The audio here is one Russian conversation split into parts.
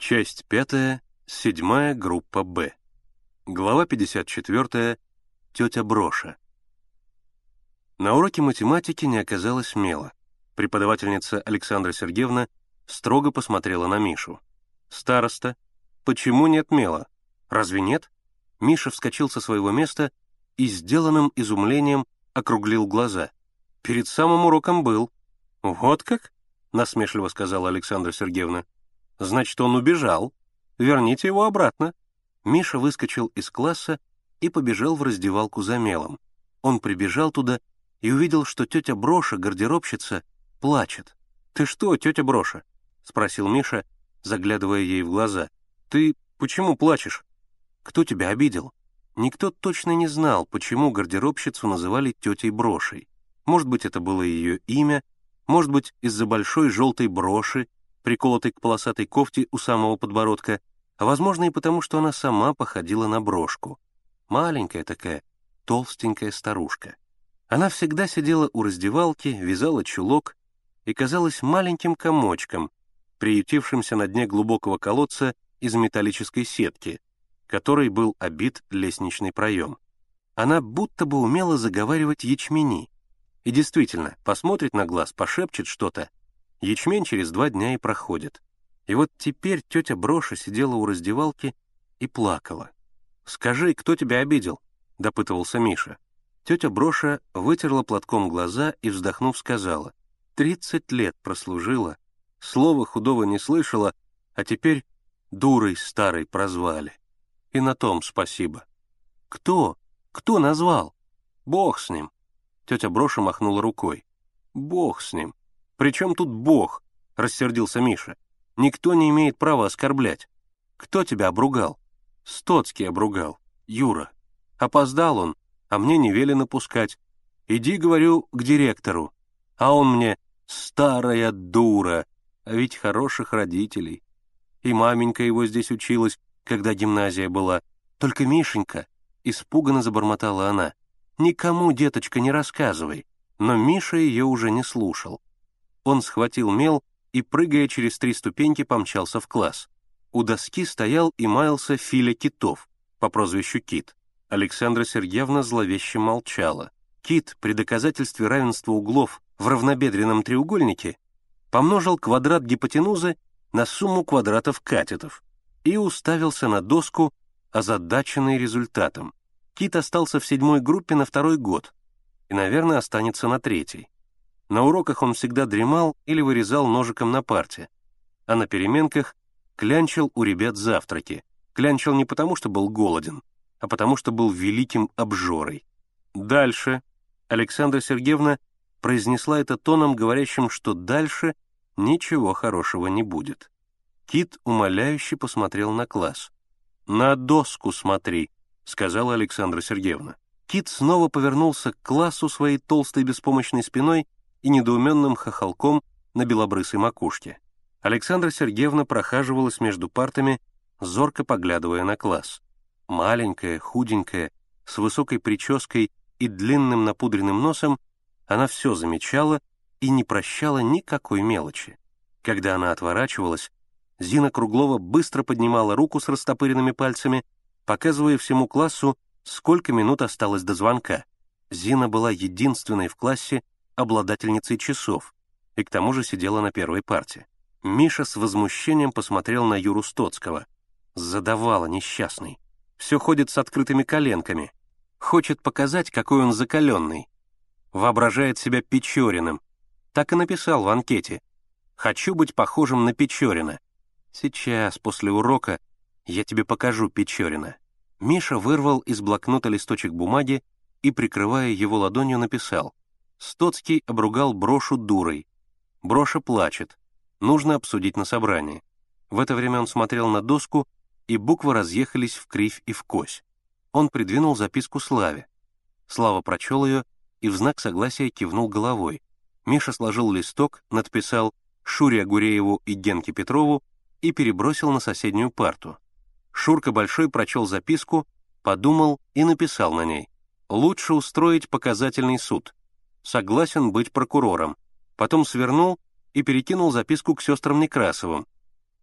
Часть 5, 7 группа Б. Глава 54. Тетя Броша. На уроке математики не оказалось мела. Преподавательница Александра Сергеевна строго посмотрела на Мишу. «Староста, почему нет мела? Разве нет?» Миша вскочил со своего места и сделанным изумлением округлил глаза. «Перед самым уроком был». «Вот как?» — насмешливо сказала Александра Сергеевна. «Значит, он убежал. Верните его обратно». Миша выскочил из класса и побежал в раздевалку за мелом. Он прибежал туда и увидел, что тетя Броша, гардеробщица, плачет. «Ты что, тетя Броша?» — спросил Миша, заглядывая ей в глаза. «Ты почему плачешь? Кто тебя обидел?» Никто точно не знал, почему гардеробщицу называли тетей Брошей. Может быть, это было ее имя, может быть, из-за большой желтой броши, приколотой к полосатой кофте у самого подбородка, а возможно и потому, что она сама походила на брошку. Маленькая такая, толстенькая старушка. Она всегда сидела у раздевалки, вязала чулок и казалась маленьким комочком, приютившимся на дне глубокого колодца из металлической сетки, которой был обит лестничный проем. Она будто бы умела заговаривать ячмени. И действительно, посмотрит на глаз, пошепчет что-то, ячмень через 2 дня и проходит. И вот теперь тетя Броша сидела у раздевалки и плакала. «Скажи, кто тебя обидел?» — допытывался Миша. Тетя Броша вытерла платком глаза и, вздохнув, сказала: 30 лет прослужила, слова худого не слышала, а теперь дурой старой прозвали. И на том спасибо. «Кто? Кто назвал?» «Бог с ним». Тетя Броша махнула рукой. «Бог с ним. «При чем тут Бог?» — рассердился Миша. «Никто не имеет права оскорблять. Кто тебя обругал?» «Стоцкий обругал. Юра. Опоздал он, а мне не велено пускать. Иди, говорю, к директору. А он мне: старая дура, а ведь хороших родителей. И маменька его здесь училась, когда гимназия была. Только Мишенька», — испуганно забормотала она, — «никому, деточка, не рассказывай». Но Миша ее уже не слушал. Он схватил мел и, прыгая через 3 ступеньки, помчался в класс. У доски стоял и маялся Филя Китов по прозвищу Кит. Александра Сергеевна зловеще молчала. Кит при доказательстве равенства углов в равнобедренном треугольнике помножил квадрат гипотенузы на сумму квадратов катетов и уставился на доску, озадаченный результатом. Кит остался в 7 группе на 2-й год и, наверное, останется на 3-й. На уроках он всегда дремал или вырезал ножиком на парте, а на переменках клянчил у ребят завтраки. Клянчил не потому, что был голоден, а потому, что был великим обжорой. «Дальше», — Александра Сергеевна произнесла это тоном, говорящим, что дальше ничего хорошего не будет. Кит умоляюще посмотрел на класс. «На доску смотри», — сказала Александра Сергеевна. Кит снова повернулся к классу своей толстой беспомощной спиной и недоуменным хохолком на белобрысой макушке. Александра Сергеевна прохаживалась между партами, зорко поглядывая на класс. Маленькая, худенькая, с высокой прической и длинным напудренным носом, она все замечала и не прощала никакой мелочи. Когда она отворачивалась, Зина Круглова быстро поднимала руку с растопыренными пальцами, показывая всему классу, сколько минут осталось до звонка. Зина была единственной в классе обладательницей часов и к тому же сидела на 1-й парте. Миша с возмущением посмотрел на Юру Стоцкого. Задавала несчастный. Все ходит с открытыми коленками. Хочет показать, какой он закаленный. Воображает себя Печориным. Так и написал в анкете. «Хочу быть похожим на Печорина». Сейчас, после урока, я тебе покажу Печорина. Миша вырвал из блокнота листочек бумаги и, прикрывая его ладонью, написал: «Стоцкий обругал Брошу дурой. Броша плачет. Нужно обсудить на собрании». В это время он смотрел на доску, и буквы разъехались в кривь и в кось. Он придвинул записку Славе. Слава прочел ее и в знак согласия кивнул головой. Миша сложил листок, надписал Шуре Агурееву и Генке Петрову и перебросил на соседнюю парту. Шурка Большой прочел записку, подумал и написал на ней: «Лучше устроить показательный суд. Согласен быть прокурором». Потом свернул и перекинул записку к сестрам Некрасовым.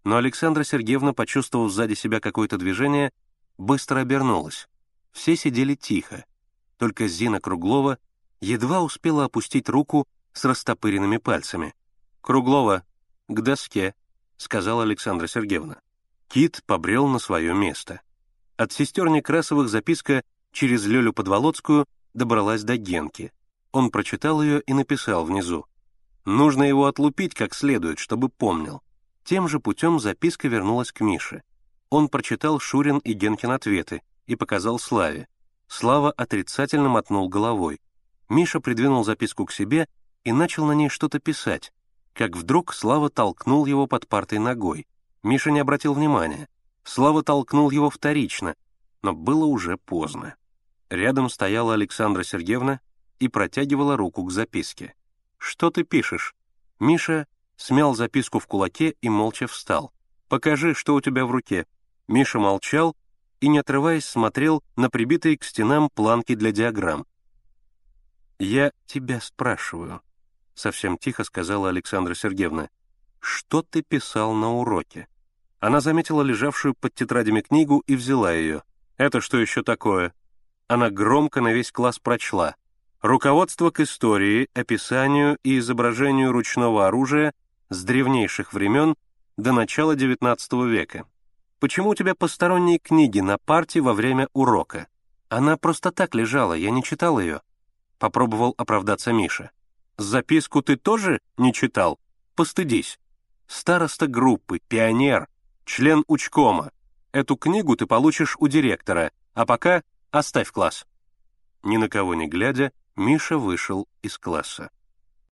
Но Александра Сергеевна, почувствовав сзади себя какое-то движение, быстро обернулась. Все сидели тихо. Только Зина Круглова едва успела опустить руку с растопыренными пальцами. «Круглова, к доске», — сказала Александра Сергеевна. Кит побрел на свое место. От сестер Некрасовых записка через Лёлю Подволоцкую добралась до Генки. Он прочитал ее и написал внизу: «Нужно его отлупить как следует, чтобы помнил». Тем же путем записка вернулась к Мише. Он прочитал Шурин и Генкин ответы и показал Славе. Слава отрицательно мотнул головой. Миша придвинул записку к себе и начал на ней что-то писать, как вдруг Слава толкнул его под партой ногой. Миша не обратил внимания. Слава толкнул его вторично, но было уже поздно. Рядом стояла Александра Сергеевна и протягивала руку к записке. «Что ты пишешь?» Миша смял записку в кулаке и молча встал. «Покажи, что у тебя в руке». Миша молчал и, не отрываясь, смотрел на прибитые к стенам планки для диаграмм. «Я тебя спрашиваю», — совсем тихо сказала Александра Сергеевна. «Что ты писал на уроке?» Она заметила лежавшую под тетрадями книгу и взяла ее. «Это что еще такое?» Она громко на весь класс прочла. «Руководство к истории, описанию и изображению ручного оружия с древнейших времен до начала XIX века. Почему у тебя посторонние книги на парте во время урока?» «Она просто так лежала, я не читал ее», — попробовал оправдаться Миша. «Записку ты тоже не читал? Постыдись. Староста группы, пионер, член учкома. Эту книгу ты получишь у директора, а пока оставь класс». Ни на кого не глядя, Миша вышел из класса.